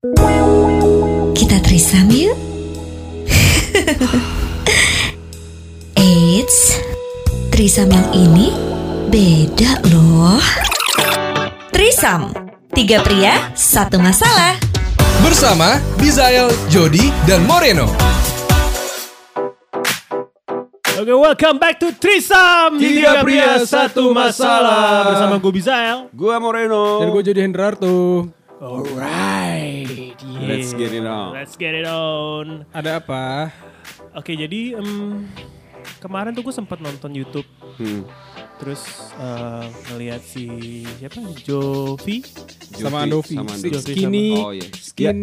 Kita trisam yuk. Eits, trisam yang ini beda loh. Trisam, 3 pria, 1 masalah. Bersama Bizael, Jody, dan Moreno. Oke, welcome back to Trisam. 3 pria, 1 masalah. Bersama gue Bizael, Gua Moreno. Dan gue jadi Hendrarto. alright, yeah. Let's get it on. Let's get it on. Ada apa? Oke, jadi kemarin tuh gue sempat nonton YouTube. Terus ngeliat si siapa? Jovi Sama Andovi. Jovi Skinny. Oh iya.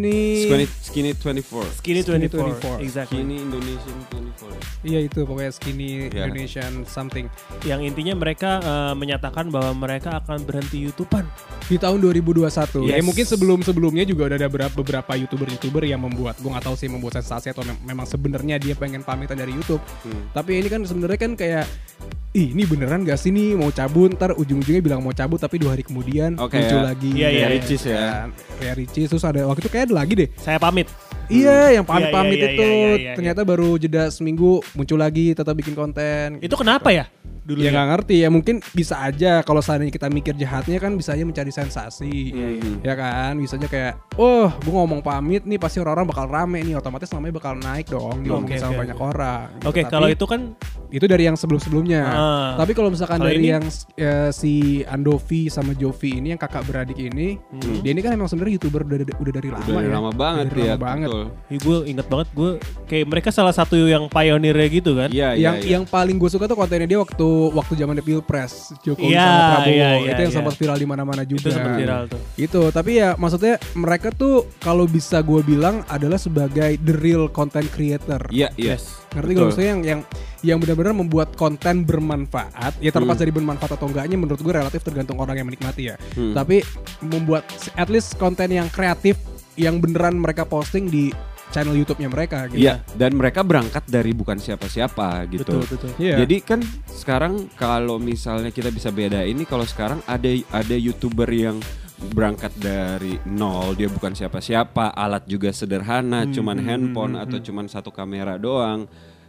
Skinny 24. Skinny 24. 24. Exactly. Skinny Indonesian 24. Iya itu pokoknya Skinny Yeah. Indonesian something. Yang intinya mereka menyatakan bahwa mereka akan berhenti YouTubean. Di tahun 2021. Yes. Ya mungkin sebelumnya juga udah ada beberapa YouTuber yang membuat, gue nggak tahu sih membuat sensasi atau memang sebenarnya dia pengen pamitan dari YouTube. Tapi ini kan sebenarnya kan kayak ini beneran gak sih nih mau cabut, ntar ujung-ujungnya bilang mau cabut tapi 2 hari kemudian muncul lagi. Iya, iya. Ricis ya. Kayak Ricis, terus ada waktu itu kayak ada lagi deh. Saya pamit. Iya, yang pamit-pamit Iya, itu iya. ternyata baru jeda seminggu muncul lagi tetap bikin konten. Itu kenapa ya? Dulu Ya nggak ngerti ya, mungkin bisa aja kalau seandainya kita mikir jahatnya kan bisa aja mencari sensasi. Ya kan, bisa aja kayak gue ngomong pamit nih pasti orang-orang bakal rame nih, otomatis namanya bakal naik dong diomongin Oke, sama oke. banyak orang. Oke, Tapi kalau itu kan itu dari yang sebelum-sebelumnya. Tapi kalau misalkan Kalau dari ini? yang si Andovi sama Jovi ini yang kakak beradik ini, dia ini kan emang sebenarnya YouTuber udah dari lama Udah ya. lama banget Dari ya. lama banget. Betul. gue inget banget, gue kayak mereka salah satu yang pionirnya gitu kan. Iya, iya. Yang paling gue suka tuh kontennya dia waktu zamannya Pilpres Jokowi Iya, sama Prabowo. iya, Itu yang iya. sempat viral di mana-mana juga. Itu sempat viral tuh. Itu, tapi ya maksudnya mereka tuh kalau bisa gue bilang adalah sebagai the real content creator. Iya, iya. Ngerti gak maksudnya yang benar-benar membuat konten bermanfaat. Ya terlepas dari bermanfaat atau enggaknya menurut gue relatif tergantung orang yang menikmati ya. Tapi membuat at least konten yang kreatif yang beneran mereka posting di channel YouTube-nya mereka gitu. Iya, dan mereka berangkat dari bukan siapa-siapa gitu. Betul. Iya. Jadi kan sekarang kalau misalnya kita bisa beda ini, kalau sekarang ada YouTuber yang berangkat dari nol, dia bukan siapa-siapa, alat juga sederhana, cuman handphone atau cuman satu kamera doang.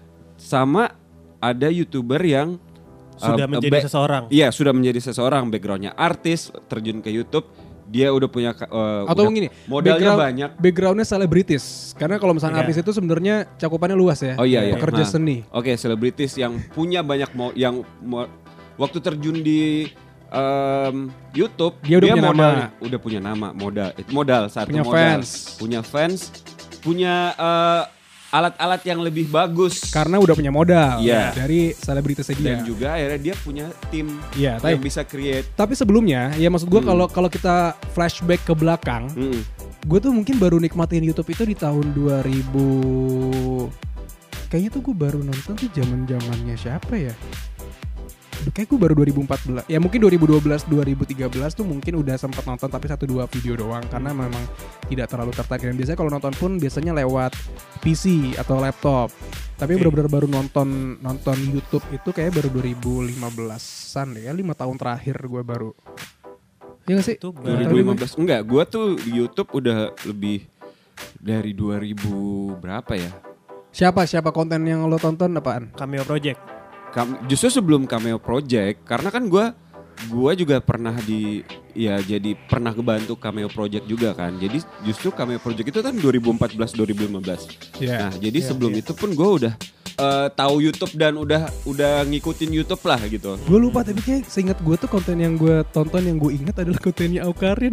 Sama ada YouTuber yang Sudah menjadi seseorang. Iya, sudah menjadi seseorang, backgroundnya artis, terjun ke YouTube. Dia udah punya Atau udah gini, modalnya banyak. Backgroundnya selebritis. Karena kalau misalnya Iya. artis itu sebenarnya cakupannya luas ya. Oh iya, iya. Pekerja Nah, seni. Oke, selebritis yang punya banyak waktu terjun di YouTube Dia udah punya modal, nama. udah punya nama, modal satu, Punya modal, fans. punya alat-alat yang lebih bagus. Karena udah punya modal Iya. dari selebritisnya dia. Dan juga akhirnya dia punya tim Iya, yang tapi- bisa create. Tapi sebelumnya, ya maksud gue kalau kita flashback ke belakang, gue tuh mungkin baru nikmatin YouTube itu di tahun 2000. Kayaknya tuh gue baru nonton tuh zaman-zamannya siapa ya? Kayak gue baru 2014. Ya mungkin 2012, 2013 tuh mungkin udah sempat nonton tapi 1-2 video doang karena memang tidak terlalu tertarik. Dan biasanya kalau nonton pun biasanya lewat PC atau laptop. Tapi benar-benar baru nonton YouTube itu kayak baru 2015-an ya, 5 tahun terakhir gue baru. Iya gak sih? Itu 2015 enggak, gua tuh di YouTube udah lebih dari 2000 berapa ya? Siapa konten yang lo tonton apaan? Cameo Project. Justru sebelum Cameo Project, karena kan gua juga pernah jadi pernah kebantu Cameo Project juga kan. Jadi justru Cameo Project itu kan 2014 2015. Iya. Nah, jadi sebelum itu pun gua udah tahu YouTube dan udah ngikutin YouTube lah gitu. Gue lupa tapi kayak seingat gue tuh konten yang gue tonton yang gue ingat adalah kontennya Aukarin.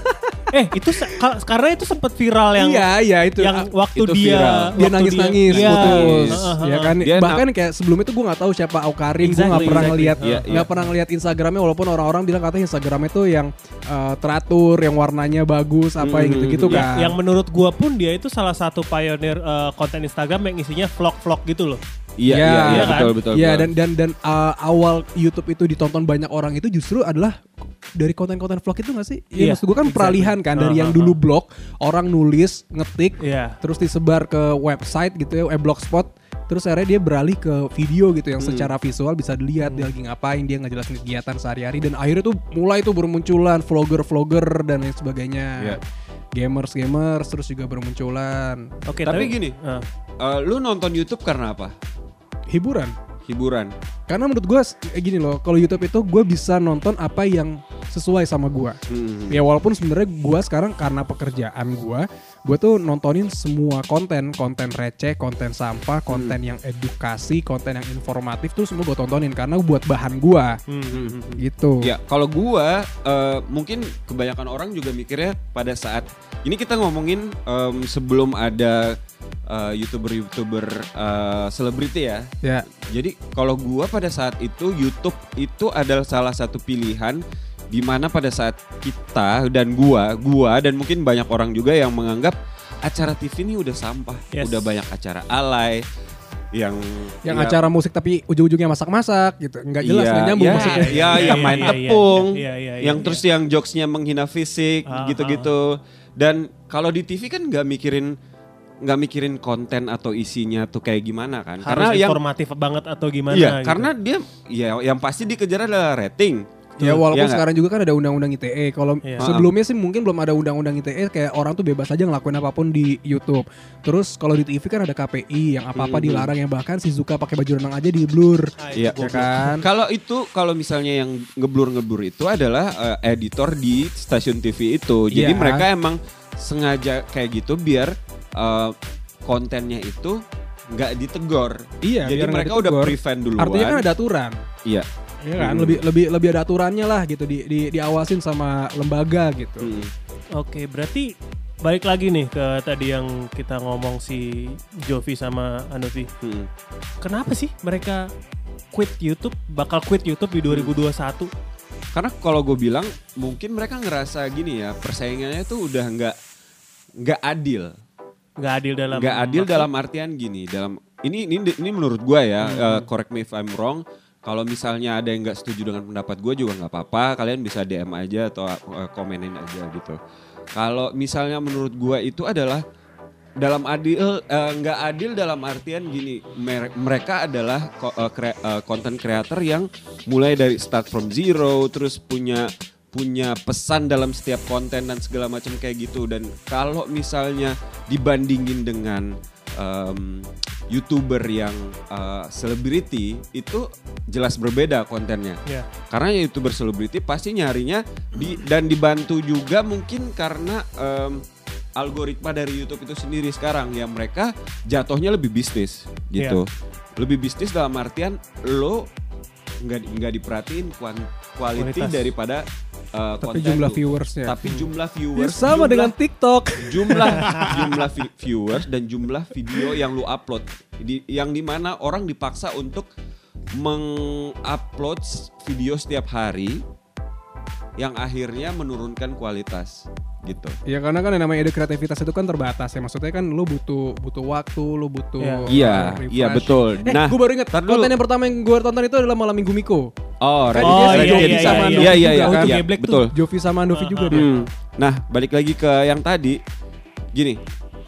Itu karena itu sempat viral yang Iya itu. yang waktu itu dia viral. Dia nangis-nangis Iya. putus, ya kan. Dia Bahkan kayak sebelum itu gue nggak tahu siapa Aukarin, gue nggak Exactly, pernah exactly. ngeliat, Iya, nggak iya. pernah ngeliat Instagramnya walaupun orang-orang bilang katanya Instagramnya tuh yang teratur, yang warnanya bagus, apa yang gitu-gitu kan. Yang menurut gua pun dia itu salah satu pionir konten Instagram yang isinya vlog-vlog gitu loh. Iya, Iya, iya, kan? betul. Iya dan awal YouTube itu ditonton banyak orang itu justru adalah dari konten-konten vlog itu gak sih? Iya, Iya, maksud gue kan exactly. peralihan kan dari yang dulu blog, orang nulis, ngetik, Iya. terus disebar ke website gitu ya, blogspot. Terus akhirnya dia beralih ke video gitu yang secara visual bisa dilihat dia lagi ngapain, dia ngejelasin kegiatan sehari-hari dan akhirnya tuh mulai tuh bermunculan vlogger-vlogger dan lain sebagainya. Iya. gamers terus juga bermunculan. Oke, Tapi gini, lu nonton YouTube karena apa? Hiburan. Karena menurut gue gini loh, kalau YouTube itu gue bisa nonton apa yang sesuai sama gue. Ya walaupun sebenarnya gue sekarang karena pekerjaan gue tuh nontonin semua konten receh, konten sampah, konten yang edukasi, konten yang informatif tuh semua gue tontonin karena buat bahan gue. Gitu. Ya kalau gue mungkin kebanyakan orang juga mikirnya pada saat ini kita ngomongin sebelum ada YouTuber selebriti ya. Jadi kalau gua pada saat itu YouTube itu adalah salah satu pilihan di mana pada saat kita dan gua dan mungkin banyak orang juga yang menganggap acara TV ini udah sampah, udah banyak acara alay yang acara musik tapi ujung-ujungnya masak-masak gitu, nggak jelas nggak nyambung musiknya. Yang main tepung, yang terus yang jokesnya menghina fisik gitu-gitu. Dan kalau di TV kan nggak mikirin konten atau isinya tuh kayak gimana kan. Harus karena informatif banget atau gimana gitu. karena Dia yang pasti dikejar adalah rating. Ya walaupun sekarang juga kan ada undang-undang ITE. Kalau sebelumnya sih mungkin belum ada undang-undang ITE, kayak orang tuh bebas aja ngelakuin apapun di YouTube. Terus kalau di TV kan ada KPI yang apa-apa dilarang, yang bahkan Shizuka pakai baju renang aja di blur. Iya kan. Kalau misalnya yang ngeblur itu adalah editor di stasiun TV itu. Jadi mereka emang sengaja kayak gitu biar kontennya itu nggak ditegor. Jadi mereka udah prevent duluan. Artinya kan ada aturan. Iya. Ya kan, lebih ada aturannya lah gitu, diawasin sama lembaga gitu. Oke, berarti balik lagi nih ke tadi yang kita ngomong si Jovi sama Anovi. Kenapa sih mereka bakal quit YouTube di 2021? Karena kalau gue bilang mungkin mereka ngerasa gini ya, persaingannya tuh udah nggak adil. Nggak adil dalam artian gini, ini menurut gue ya, correct me if I'm wrong. Kalau misalnya ada yang nggak setuju dengan pendapat gue juga nggak apa-apa, kalian bisa DM aja atau komenin aja gitu. Kalau misalnya menurut gue itu adalah nggak adil dalam artian gini, mereka adalah content creator yang mulai dari start from zero, terus punya pesan dalam setiap konten dan segala macam kayak gitu. Dan kalau misalnya dibandingin dengan YouTuber yang selebriti, itu jelas berbeda kontennya. Karena YouTuber selebriti pasti nyarinya dan dibantu juga mungkin karena algoritma dari YouTube itu sendiri sekarang yang mereka jatuhnya lebih bisnis gitu. Lebih bisnis dalam artian lo nggak diperhatiin kualitas daripada tapi jumlah viewersnya. Tapi jumlah viewers sama dengan TikTok. Jumlah viewers dan jumlah video yang lu upload. Yang dimana orang dipaksa untuk mengupload video setiap hari, yang akhirnya menurunkan kualitas gitu. Ya karena kan yang namanya ide kreativitas itu kan terbatas ya. Maksudnya kan lu butuh waktu, lu butuh Iya betul. Nah, gue baru ingat konten yang pertama yang gue tonton itu adalah Malam Minggu Miko. Ready sama Iya, betul. Jovi sama Novi juga dia. Nah, balik lagi ke yang tadi. Gini.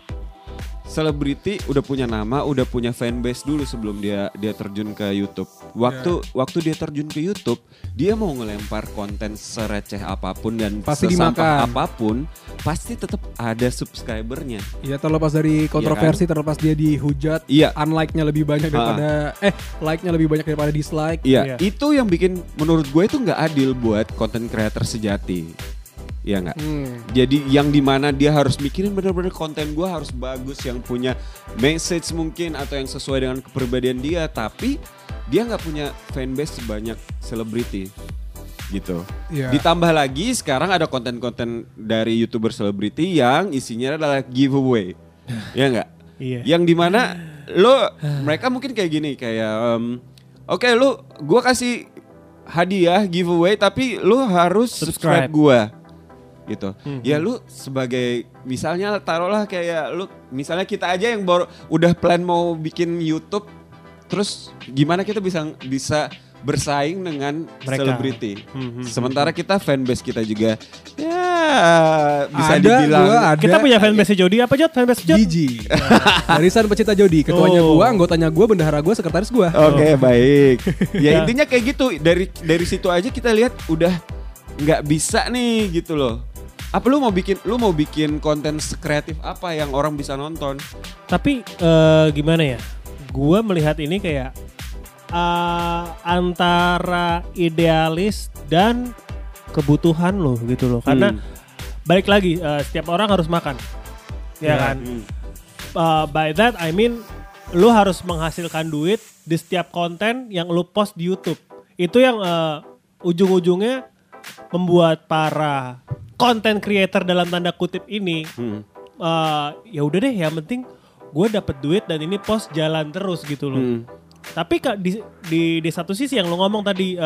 Selebriti udah punya nama, udah punya fanbase dulu sebelum dia terjun ke YouTube. Waktu dia terjun ke YouTube, dia mau ngelempar konten sereceh apapun dan pasti sesampah apapun, pasti tetap ada subscribernya. Iya, terlepas dari kontroversi, terlepas dia dihujat, unlike-nya lebih banyak daripada like-nya lebih banyak daripada dislike. Iya, itu yang bikin menurut gue itu nggak adil buat content creator sejati. Iya nggak? Jadi yang dimana dia harus mikirin benar-benar konten gue harus bagus, yang punya message mungkin atau yang sesuai dengan kepribadian dia, tapi dia nggak punya fanbase sebanyak selebriti gitu. Ditambah lagi sekarang ada konten-konten dari YouTuber selebriti yang isinya adalah giveaway, ya nggak? Yang dimana mereka mungkin kayak gini, kayak oke, gue kasih hadiah giveaway tapi lu harus subscribe gue. Gitu. Ya lu sebagai misalnya taruhlah kayak lu misalnya kita aja yang udah plan mau bikin YouTube, terus gimana kita bisa bersaing dengan selebriti. Sementara kita fanbase kita juga bisa dibilang kita punya fanbase Jody apa Jod? Fanbase Jod? Gigi. Barisan pecinta Jody, ketuanya gua, anggotanya gua, bendahara gua, sekretaris gua. Oke, baik. Ya intinya kayak gitu. Dari situ aja kita lihat udah nggak bisa nih gitu loh. Apa lu mau bikin konten sekreatif apa yang orang bisa nonton? Tapi gimana ya? Gue melihat ini kayak antara idealis dan kebutuhan lo gitu loh. Karena balik lagi setiap orang harus makan, ya kan? By that I mean lu harus menghasilkan duit di setiap konten yang lu post di YouTube. Itu yang ujung-ujungnya membuat para content creator dalam tanda kutip ini ya udah deh, yang penting gue dapet duit dan ini post jalan terus gitu loh. Tapi di satu sisi yang lo ngomong tadi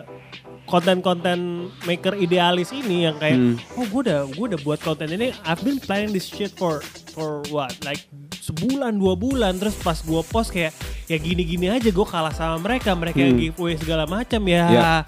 konten maker idealis ini yang kayak gue udah buat konten ini, I've been planning this shit for what like sebulan 2 bulan, terus pas gue post kayak ya gini-gini aja gue kalah sama mereka yang giveaway segala macam ya.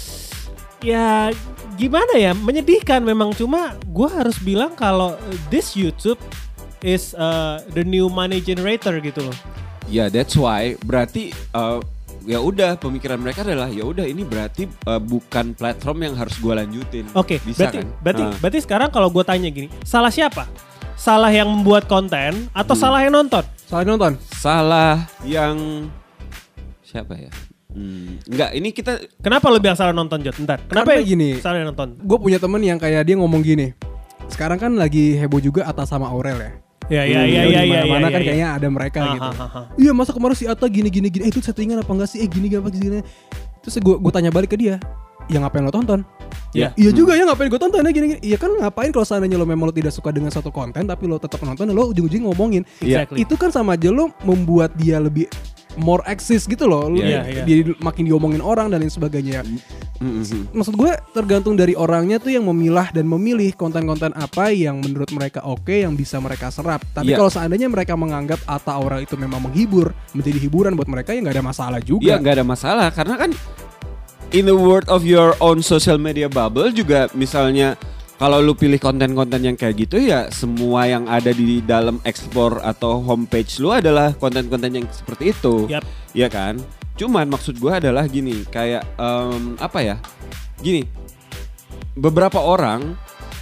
Ya gimana ya, menyedihkan memang. Cuma gue harus bilang kalau this YouTube is the new money generator gitu loh. Ya, that's why berarti ya udah pemikiran mereka adalah ya udah ini berarti bukan platform yang harus gue lanjutin. Oke, bisa berarti sekarang kalau gue tanya gini, salah siapa? Salah yang membuat konten atau salah yang nonton? Salah nonton. Salah yang siapa ya? Enggak, ini kita. Kenapa lu bilang salah nonton, Jod? Bentar. Kenapa Karena gini, salah yang nonton? Gue punya temen yang kayak dia ngomong gini. Sekarang kan lagi heboh juga Atta sama Aurel ya. Iya. Mana kan kayaknya ada mereka gitu. Iya, masa kemarin si Atta gini. Itu settingan apa enggak sih? Gini. Terus gue tanya balik ke dia, ya ngapain lo tonton? Iya. Iya juga ya, ngapain gue tonton ya gini. Iya kan, ngapain kalau seandainya lo memang lo tidak suka dengan satu konten tapi lo tetap nonton, lo ujung-ujung ngomongin. Exactly. Itu kan sama aja lo membuat dia lebih more access gitu loh. Dia makin diomongin orang dan lain sebagainya. Maksud gue tergantung dari orangnya tuh yang memilah dan memilih konten-konten apa yang menurut mereka oke, yang bisa mereka serap. Tapi kalau seandainya mereka menganggap Atta Aurel itu memang menghibur, menjadi hiburan buat mereka, ya gak ada masalah juga. Iya, gak ada masalah karena kan in the world of your own social media bubble juga, misalnya kalau lu pilih konten-konten yang kayak gitu, ya semua yang ada di dalam explore atau homepage lu adalah konten-konten yang seperti itu. Iya kan? Cuman maksud gue adalah gini, kayak apa ya? Gini, beberapa orang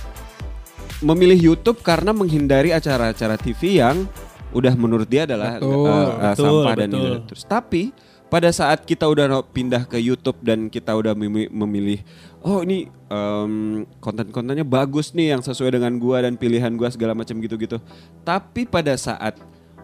memilih YouTube karena menghindari acara-acara TV yang udah menurut dia adalah sampah dan gitu. Terus tapi pada saat kita udah pindah ke YouTube dan kita udah memilih, oh ini konten-kontennya bagus nih yang sesuai dengan gua dan pilihan gua segala macam gitu-gitu. Tapi pada saat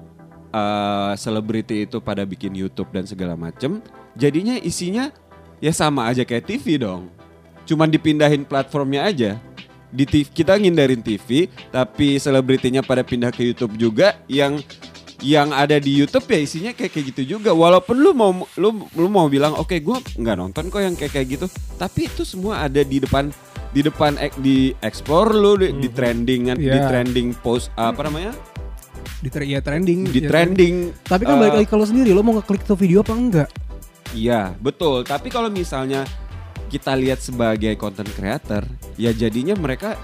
selebriti itu pada bikin YouTube dan segala macam, jadinya isinya ya sama aja kayak TV dong. Cuman dipindahin platformnya aja. Di TV, kita ngindarin TV, tapi selebritinya pada pindah ke YouTube juga, yang ada di YouTube ya isinya kayak gitu juga. Walaupun lu mau bilang oke, gue nggak nonton kok yang kayak gitu, tapi itu semua ada di depan di explore lu, di trendingan, di trending post apa namanya? Trending. Di trending. Tapi kan balik lagi kalau sendiri lo mau ngeklik tuh video apa enggak? Iya, betul. Tapi kalau misalnya kita lihat sebagai content creator, ya jadinya mereka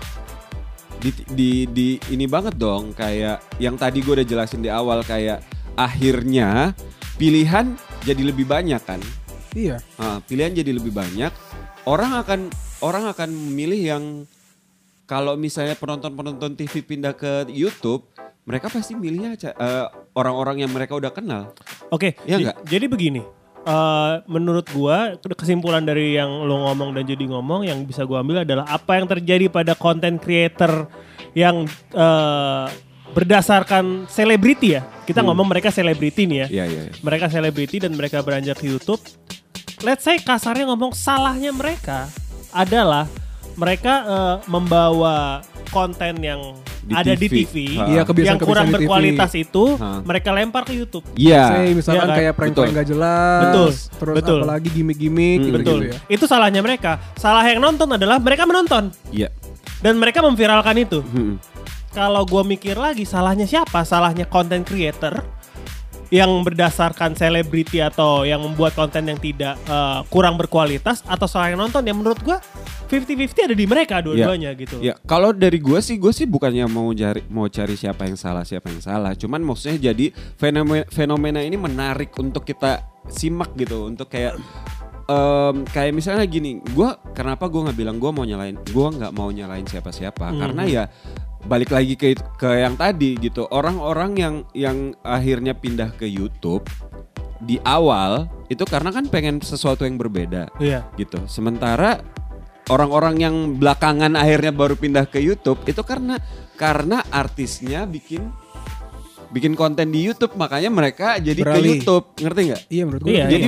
di ini banget dong, kayak yang tadi gue udah jelasin di awal, kayak akhirnya pilihan jadi lebih banyak kan? Iya. Pilihan jadi lebih banyak. Orang akan memilih yang, kalau misalnya penonton TV pindah ke YouTube, mereka pasti milihnya orang-orang yang mereka udah kenal. Oke, ya jadi begini. Menurut gua kesimpulan dari yang lo ngomong dan jadi ngomong yang bisa gua ambil adalah apa yang terjadi pada content creator yang berdasarkan selebriti ya. Kita ngomong mereka selebriti nih ya. Iya. Mereka selebriti dan mereka beranjak ke YouTube. Let's say kasarnya ngomong, salahnya mereka adalah mereka membawa konten yang ada di TV yang kurang berkualitas itu mereka lempar ke YouTube. Iya. Misalkan kayak prank-prank gak jelas. Terus apalagi gimmick-gimmick gitu ya. Itu salahnya mereka. Salah yang nonton adalah mereka menonton. Iya. Dan mereka memviralkan itu. Kalau gue mikir lagi, salahnya siapa? Salahnya content creator yang berdasarkan selebriti atau yang membuat konten yang tidak kurang berkualitas, atau salah yang nonton? Yang menurut gue 50-50 ada di mereka dua-duanya gitu. Ya, kalau dari gue sih bukannya mau cari siapa yang salah. Cuman maksudnya jadi fenomena ini menarik untuk kita simak gitu, untuk kayak kayak misalnya gini, kenapa gue nggak bilang gue nggak mau nyalain siapa-siapa, karena ya balik lagi ke yang tadi gitu, orang-orang yang akhirnya pindah ke YouTube di awal itu karena kan pengen sesuatu yang berbeda, gitu. Sementara orang-orang yang belakangan akhirnya baru pindah ke YouTube itu karena artisnya bikin konten di YouTube, makanya mereka jadi ke YouTube, ngerti nggak? Iya, menurut gue. Jadi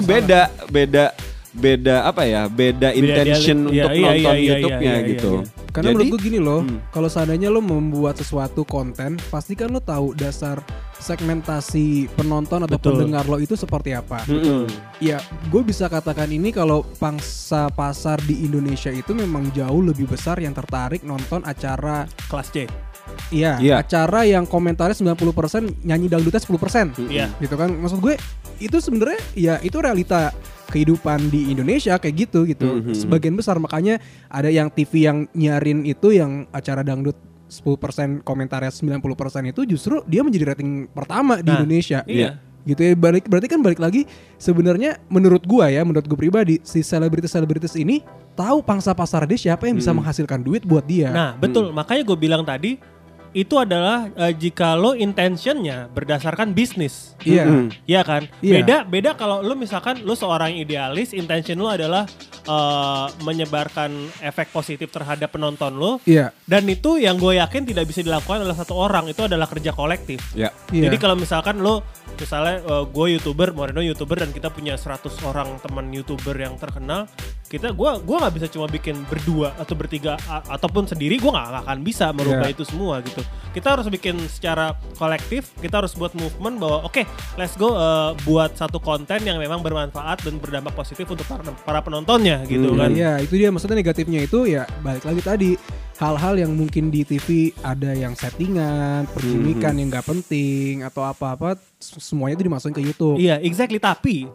beda intention untuk nonton YouTube-nya gitu. Karena menurut gue gini loh, kalau seandainya lo membuat sesuatu konten, pasti kan lo tahu dasar segmentasi penonton atau pendengar lo itu seperti apa. Ya, gue bisa katakan ini kalau pangsa pasar di Indonesia itu memang jauh lebih besar yang tertarik nonton acara kelas C. Iya, acara yang komentarnya 90% nyanyi dangdutnya 10%. Gitu kan. Maksud gue itu sebenarnya ya itu realita kehidupan di Indonesia kayak gitu. Sebagian besar, makanya ada yang TV yang nyarin itu yang acara dangdut 10% komentarnya 90% itu justru dia menjadi rating pertama di Indonesia. Gitu ya, berarti kan balik lagi sebenarnya menurut gue pribadi si selebritis ini tahu pangsa pasar dia siapa yang bisa menghasilkan duit buat dia. Nah, betul. Makanya gue bilang tadi itu adalah jika lo intentionnya berdasarkan bisnis. Iya kan? Beda kalau lo misalkan lo seorang idealis, intention lo adalah menyebarkan efek positif terhadap penonton lo. Dan itu yang gue yakin tidak bisa dilakukan oleh satu orang, itu adalah kerja kolektif. Jadi kalau misalkan lo misalnya gue YouTuber, Moreno YouTuber, dan kita punya 100 orang teman YouTuber yang terkenal, gue nggak bisa cuma bikin berdua atau bertiga ataupun sendiri, gue nggak akan bisa merubah itu semua gitu. Kita harus bikin secara kolektif, kita harus buat movement bahwa oke, let's go buat satu konten yang memang bermanfaat dan berdampak positif untuk para penontonnya gitu kan. Iya, itu dia, maksudnya negatifnya itu ya balik lagi tadi, hal-hal yang mungkin di TV ada yang settingan, pergimikan yang nggak penting atau apa-apa, semuanya itu dimasukin ke YouTube. Iya, exactly. Tapi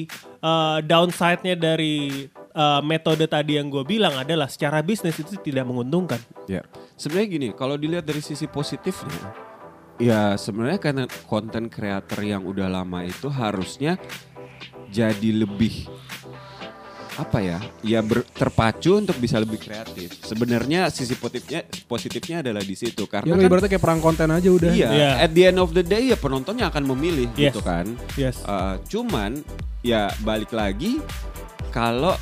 downside-nya dari metode tadi yang gue bilang adalah secara bisnis itu tidak menguntungkan. Ya, sebenarnya gini, kalau dilihat dari sisi positifnya, ya sebenarnya karena konten creator yang udah lama itu harusnya jadi lebih terpacu untuk bisa lebih kreatif. Sebenarnya sisi positifnya adalah di situ, karena ya, ibaratnya kayak perang konten aja udah. At the end of the day ya penontonnya akan memilih gitu kan. Cuman ya balik lagi, kalau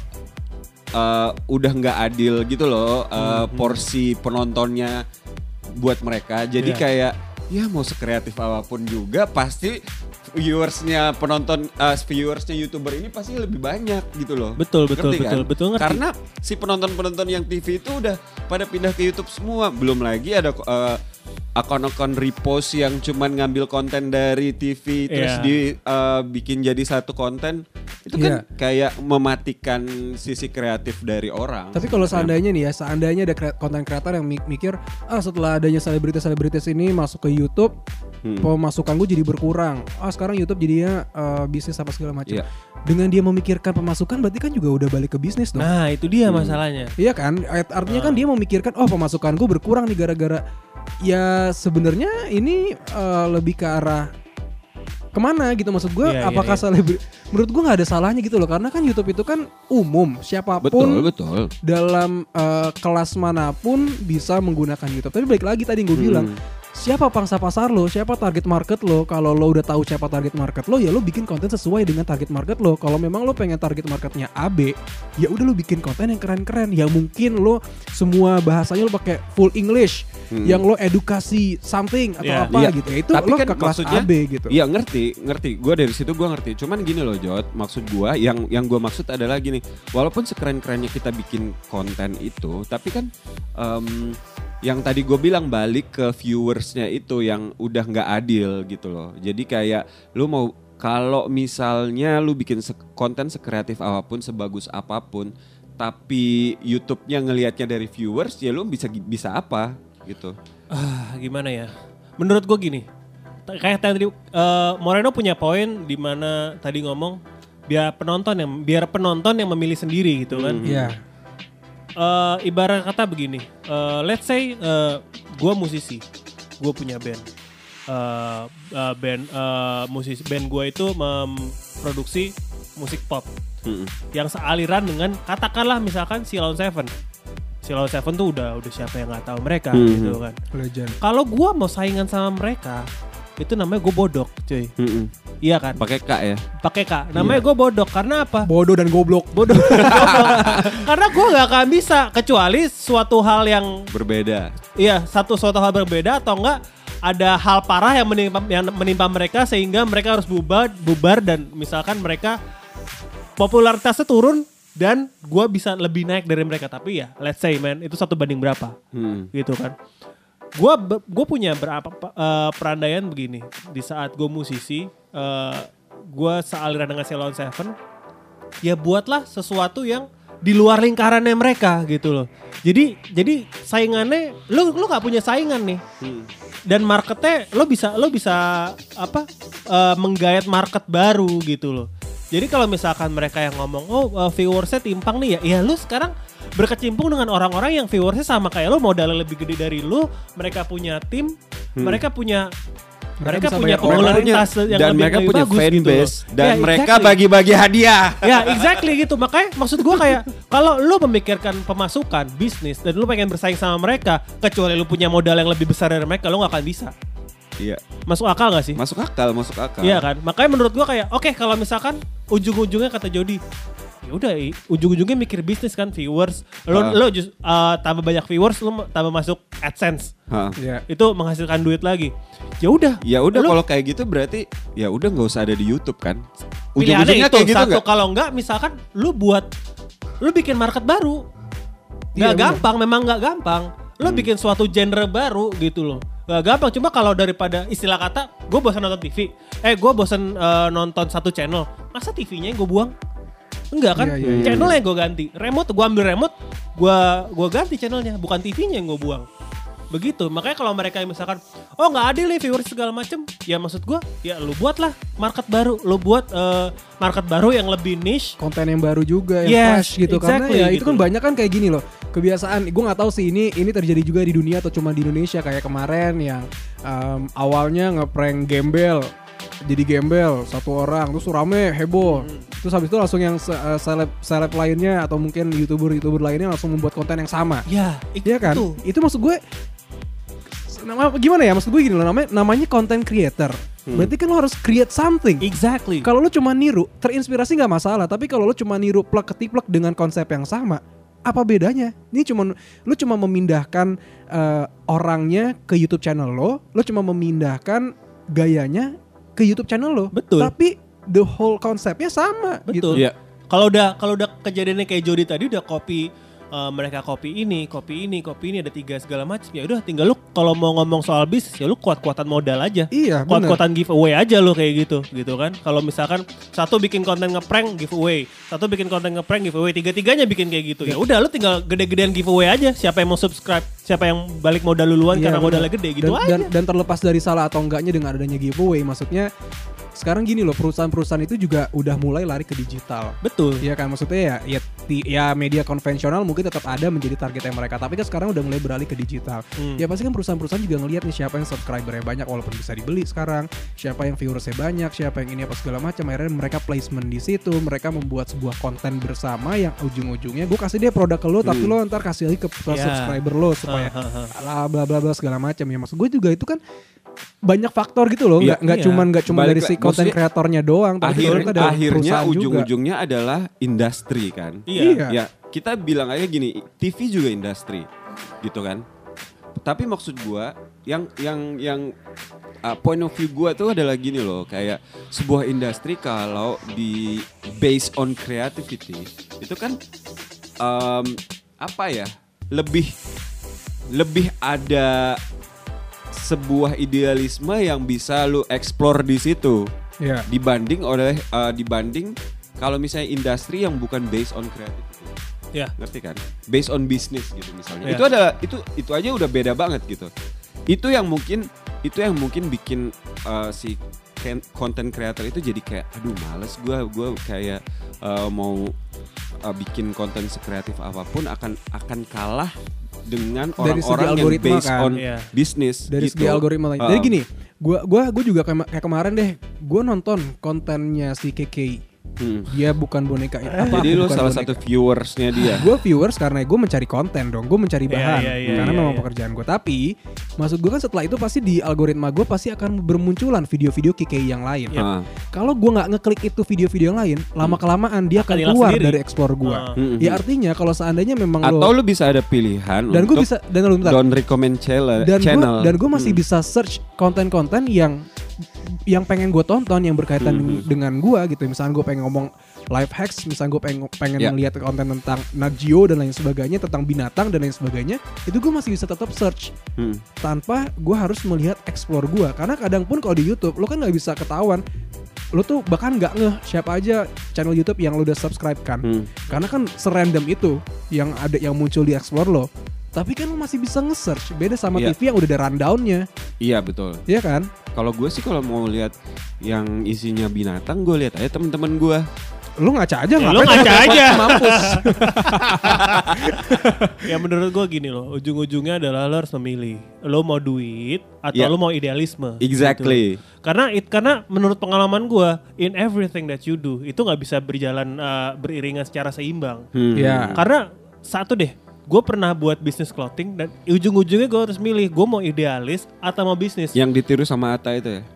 udah nggak adil gitu loh porsi penontonnya buat mereka. Jadi kayak ya mau sekreatif apapun juga pasti viewersnya YouTuber ini pasti lebih banyak gitu loh. Betul ngerti. Karena si penonton yang TV itu udah pada pindah ke YouTube semua. Belum lagi ada akun-akun repost yang cuman ngambil konten dari TV terus bikin jadi satu konten. Itu kan kayak mematikan sisi kreatif dari orang. Tapi kalau seandainya ada konten kreator yang mikir, setelah adanya selebritis ini masuk ke YouTube, pemasukan gue jadi berkurang. Sekarang YouTube jadinya bisnis apa segala macam. Dengan dia memikirkan pemasukan, berarti kan juga udah balik ke bisnis dong. Nah, itu dia masalahnya. Iya kan? Artinya kan dia memikirkan, pemasukan gue berkurang nih gara-gara. Ya sebenarnya ini lebih ke arah kemana gitu, maksud gue. Apakah menurut gue nggak ada salahnya gitu loh, karena kan YouTube itu kan umum, siapapun betul. dalam kelas manapun bisa menggunakan YouTube. Tapi balik lagi tadi gue bilang, siapa pangsa pasar lo, siapa target market lo. Kalau lo udah tahu siapa target market lo, ya lo bikin konten sesuai dengan target market lo. Kalau memang lo pengen target marketnya AB, ya udah lo bikin konten yang keren-keren. Ya mungkin lo semua bahasanya lo pakai full English, yang lo edukasi something atau gitu. Ya itu tapi lo kan ke kelas AB gitu. Iya ngerti. Gue dari situ gue ngerti. Cuman gini loh Jod, maksud gue yang gue maksud adalah gini. Walaupun sekeren-kerennya kita bikin konten itu, tapi kan yang tadi gue bilang balik ke viewersnya itu yang udah nggak adil gitu loh. Jadi kayak lu mau, kalau misalnya lu bikin konten sekreatif apapun, sebagus apapun, tapi YouTube-nya ngelihatnya dari viewers, ya lu bisa apa gitu. Gimana ya? Menurut gue gini, kayak tadi Moreno punya poin di mana tadi ngomong biar penonton yang memilih sendiri gitu kan. Iya. Ibarat kata begini, let's say gue musisi, gue punya band, band gue itu memproduksi musik pop yang sealiran dengan katakanlah misalkan Sheila on 7. Sheila on 7 tuh udah siapa yang nggak tahu mereka gitu kan. Legend. Kalau gua mau saingan sama mereka, itu namanya gue bodok, cuy. Iya kan? Pakai K ya. Pakai K. Namanya gue bodok karena apa? Bodoh dan goblok. Bodoh. Karena gue nggak akan bisa kecuali suatu hal yang Berbeda. iya suatu hal berbeda atau enggak ada hal parah yang menimpa mereka sehingga mereka harus bubar dan misalkan mereka popularitasnya turun dan gue bisa lebih naik dari mereka. Tapi ya let's say man itu 1 banding berapa gitu kan. Gue punya berapa perandaian begini. Di saat gue musisi, gue sealiran dengan Sheila on 7, ya buatlah sesuatu yang di luar lingkarannya mereka gitu loh. Jadi saingannya, lo gak punya saingan nih. Dan marketnya lo bisa menggayat market baru gitu loh. Jadi kalau misalkan mereka yang ngomong, viewersnya timpang nih ya lu sekarang berkecimpung dengan orang-orang yang viewersnya sama kayak lo, modalnya lebih gede dari lo, mereka punya tim, mereka punya popularitas yang dan lebih mereka punya bagus fanbase gitu loh. dan Ya, mereka exactly. bagi-bagi hadiah. Ya exactly gitu. Makanya maksud gue kayak kalau lo memikirkan pemasukan bisnis dan lo pengen bersaing sama mereka, kecuali lo punya modal yang lebih besar dari mereka, lo gak akan bisa. Iya. Masuk akal gak sih? Masuk akal. Iya kan. Makanya menurut gue kayak oke, kalau misalkan ujung-ujungnya kata Jody, ya udah ujung-ujungnya mikir bisnis kan, viewers. Lo tambah banyak viewers, lo tambah masuk AdSense. Iya. Itu menghasilkan duit lagi. Ya udah. Ya udah Lo kalau kayak gitu berarti ya udah nggak usah ada di YouTube kan. pilihannya Ujung-ujungnya itu kayak gitu satu. nggak? Kalau enggak misalkan lo bikin market baru. Iya, Gak gampang, memang gak gampang. Lo bikin suatu genre baru gitu loh. Gak gampang, cuma kalau daripada istilah kata gue bosan nonton TV, gue bosan nonton satu channel, masa TV-nya yang gue buang? Enggak kan? Iya. Channelnya yang gue ganti. Remote, gue ambil remote, gue ganti channelnya, bukan TV-nya yang gue buang. Begitu. Makanya kalau mereka misalkan, gak adil nih viewers segala macem, ya maksud gue, ya lu buatlah market baru, lu buat market baru yang lebih niche. Konten yang baru juga, yang Yes, fresh gitu. exactly, Karena ya itu gitu. kan banyak kan kayak gini loh. Kebiasaan, gue gak tahu sih ini terjadi juga di dunia atau cuma di Indonesia. Kayak kemarin yang awalnya ngeprank gembel, jadi gembel satu orang, terus rame heboh. Terus habis itu langsung yang seleb lainnya atau mungkin youtuber lainnya langsung membuat konten yang sama. Ya, Iya kan? Itu maksud gue gimana ya? Maksud gue gini loh, namanya content creator. Berarti kan lo harus create something. Exactly. Kalau lo cuma niru, terinspirasi nggak masalah. Tapi kalau lo cuma niru plek-ketiplek dengan konsep yang sama, apa bedanya? Ini lo cuma memindahkan orangnya ke YouTube channel lo cuma memindahkan gayanya ke YouTube channel lo. Betul. Tapi the whole konsepnya sama. Betul. Gitu. Iya. Kalau udah kejadiannya kayak Jody tadi udah mereka copy ini ada 3 segala macam. Ya udah tinggal lu kalau mau ngomong soal bisnis ya lu kuat-kuatan modal aja. Iya, Kuat-kuatan giveaway aja lu kayak gitu kan. Kalau misalkan satu bikin konten ngeprank giveaway, satu bikin konten ngeprank giveaway, tiga-tiganya bikin kayak gitu. Ya udah lu tinggal gede-gedean giveaway aja. Siapa yang mau subscribe, siapa yang balik modal duluan Iya, karena bener. modalnya gede gitu aja. Dan terlepas dari salah atau enggaknya dengan adanya giveaway, maksudnya sekarang gini loh, perusahaan-perusahaan itu juga udah mulai lari ke digital. Betul. Iya kan, maksudnya ya media konvensional mungkin tetap ada menjadi targetnya mereka, tapi kan sekarang udah mulai beralih ke digital. Ya pasti kan perusahaan-perusahaan juga ngelihat nih siapa yang subscribernya banyak walaupun bisa dibeli sekarang, siapa yang viewersnya banyak, siapa yang ini apa segala macam. Akhirnya mereka placement di situ, mereka membuat sebuah konten bersama yang ujung-ujungnya gue kasih dia produk ke lo, tapi lo ntar kasih lagi ke subscriber lo supaya bla bla bla segala macam. Ya maksud gue juga itu kan banyak faktor gitu loh, nggak cuma dari si konten kreatornya doang, tapi akhirnya ujung-ujungnya adalah industri kan. Iya. Ya kita bilang aja gini, TV juga industri gitu kan. Tapi maksud gua yang point of view gua tuh adalah gini loh, kayak sebuah industri kalau di based on creativity itu kan lebih ada sebuah idealisme yang bisa lu explore di situ. Yeah. Dibanding kalau misalnya industri yang bukan based on creativity. Ya. Ngerti kan? Based on business gitu misalnya. Yeah. Itu aja udah beda banget gitu. Itu yang mungkin bikin si content creator itu jadi kayak aduh males gue kayak mau bikin konten sekreatif apapun akan kalah dengan orang-orang yang based on bisnis dari gitu. segi algoritma lain. Jadi gini, gue juga kayak kemarin deh, gue nonton kontennya si KK Dia bukan boneka Jadi lu salah satu viewersnya dia. Gue viewers karena gue mencari konten dong, gue mencari bahan karena memang pekerjaan gue. Tapi maksud gue kan setelah itu pasti di algoritma gue pasti akan bermunculan video-video KKI yang lain. Kalau gue nggak ngeklik itu video-video yang lain, lama kelamaan dia akan keluar dari explore gue. Ya artinya kalau seandainya memang atau lu bisa ada pilihan dan gue bisa don't recommend channel dan gue masih bisa search konten-konten yang pengen gue tonton yang berkaitan dengan gue gitu. Misalnya gue pengen ngomong life hacks, misalnya gue pengen melihat konten tentang Nat Geo dan lain sebagainya, tentang binatang dan lain sebagainya, itu gue masih bisa tetap search tanpa gue harus melihat explore gue. Karena kadang pun kalau di YouTube lo kan nggak bisa ketahuan, lo tuh bahkan nggak ngeh siapa aja channel YouTube yang lo udah subscribe kan, karena kan serandom itu yang ada yang muncul di explore lo. Tapi kan lo masih bisa nge-search. Beda sama TV yang udah ada rundown-nya. Iya betul. Iya kan? Kalau gue sih kalau mau lihat yang isinya binatang, gue lihat aja teman-teman gue. Lu ngaca aja, lu ngaca aja. Mampus. Ya menurut gue gini loh, ujung-ujungnya adalah lo harus memilih. Lo mau duit atau lo mau idealisme. Exactly. Gitu. Karena menurut pengalaman gue, in everything that you do itu nggak bisa berjalan beriringan secara seimbang. Karena satu deh. Gue pernah buat bisnis clothing dan ujung-ujungnya gue harus milih, gue mau idealis atau mau bisnis. Yang ditiru sama Atta itu ya?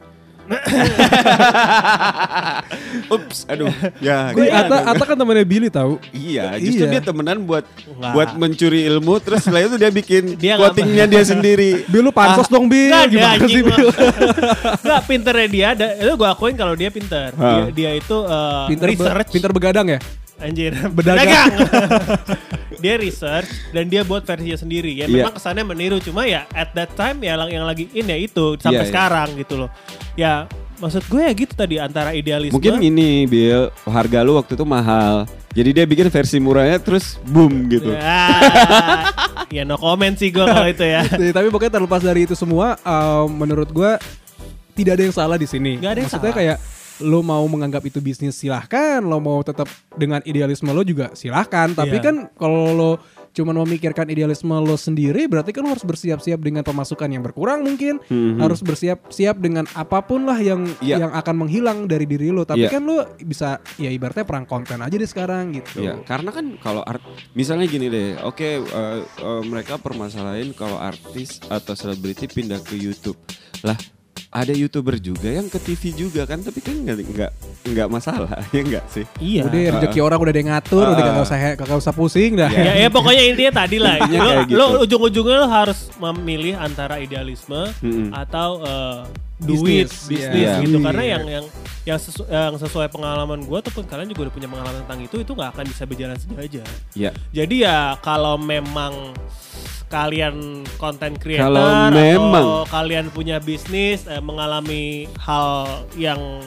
Ups, aduh. Ya. Atta kan temannya Billy tahu. Iya, justru dia temenan buat mencuri ilmu, terus setelah itu dia bikin clothingnya dia sendiri. Bil, lu pansos dong Bil. Gimana sih Bil? Nggak, pinternya dia ada. Itu gue akuin kalau dia pinter. Dia itu research. Pinter begadang ya? Anjir, berdagang. Dia research dan dia buat versinya sendiri. Ya memang kesannya meniru, cuma ya at that time ya yang lagi in ya itu sampai sekarang gitu loh. Ya maksud gue ya gitu tadi, antara idealisme. Mungkin ini Bill, harga lu waktu itu mahal. Jadi dia bikin versi murahnya terus boom gitu. Ya no comment sih gue kalau itu ya. Tapi pokoknya terlepas dari itu semua, menurut gue tidak ada yang salah di sini. Gak ada yang maksudnya salah. Kayak lo mau menganggap itu bisnis silahkan, lo mau tetap dengan idealisme lo juga silahkan. Tapi kan kalau lo cuma memikirkan idealisme lo sendiri, berarti kan lo harus bersiap-siap dengan pemasukan yang berkurang mungkin. Harus bersiap-siap dengan apapun lah yang akan menghilang dari diri lo. Tapi kan lo bisa ya ibaratnya perang konten aja deh sekarang gitu. Karena kan kalau misalnya gini deh, mereka permasalahin kalau artis atau selebriti pindah ke YouTube lah. Ada YouTuber juga yang ke TV juga kan, tapi kan nggak masalah, ya nggak sih? Iya. Udah rezeki orang udah ada yang ngatur, udah nggak usah pusing dah. Ya pokoknya intinya tadi lah. Lo gitu. ujung-ujungnya lo harus memilih antara idealisme atau duit, bisnis gitu. Karena yang sesuai pengalaman gue ataupun kalian juga udah punya pengalaman tentang itu nggak akan bisa berjalan sejajar. Jadi ya kalau memang kalian content creator atau kalian punya bisnis mengalami hal yang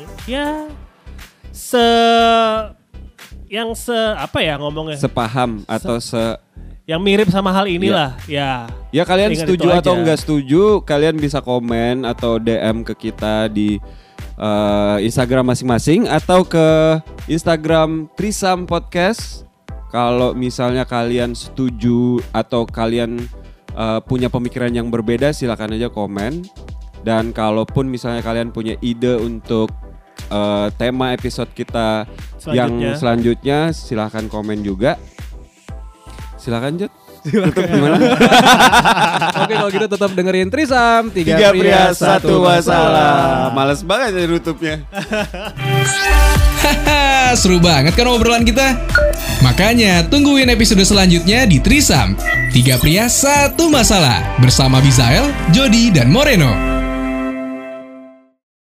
sepaham atau yang mirip sama hal inilah ya kalian setuju atau enggak setuju, kalian bisa komen atau DM ke kita di Instagram masing-masing atau ke Instagram Trisam Podcast. Kalau misalnya kalian setuju atau kalian punya pemikiran yang berbeda, silakan aja komen. Dan kalaupun misalnya kalian punya ide untuk tema episode kita yang selanjutnya, silakan komen juga. Silakan Jod. Tutup gimana? Oke, kalau gitu tetap dengerin Trisam, 3 pria 1 masalah. Males banget ya tutupnya. Seru banget kan obrolan kita? Makanya tungguin episode selanjutnya di Trisam, 3 pria 1 masalah bersama Bizael, Jody, dan Moreno.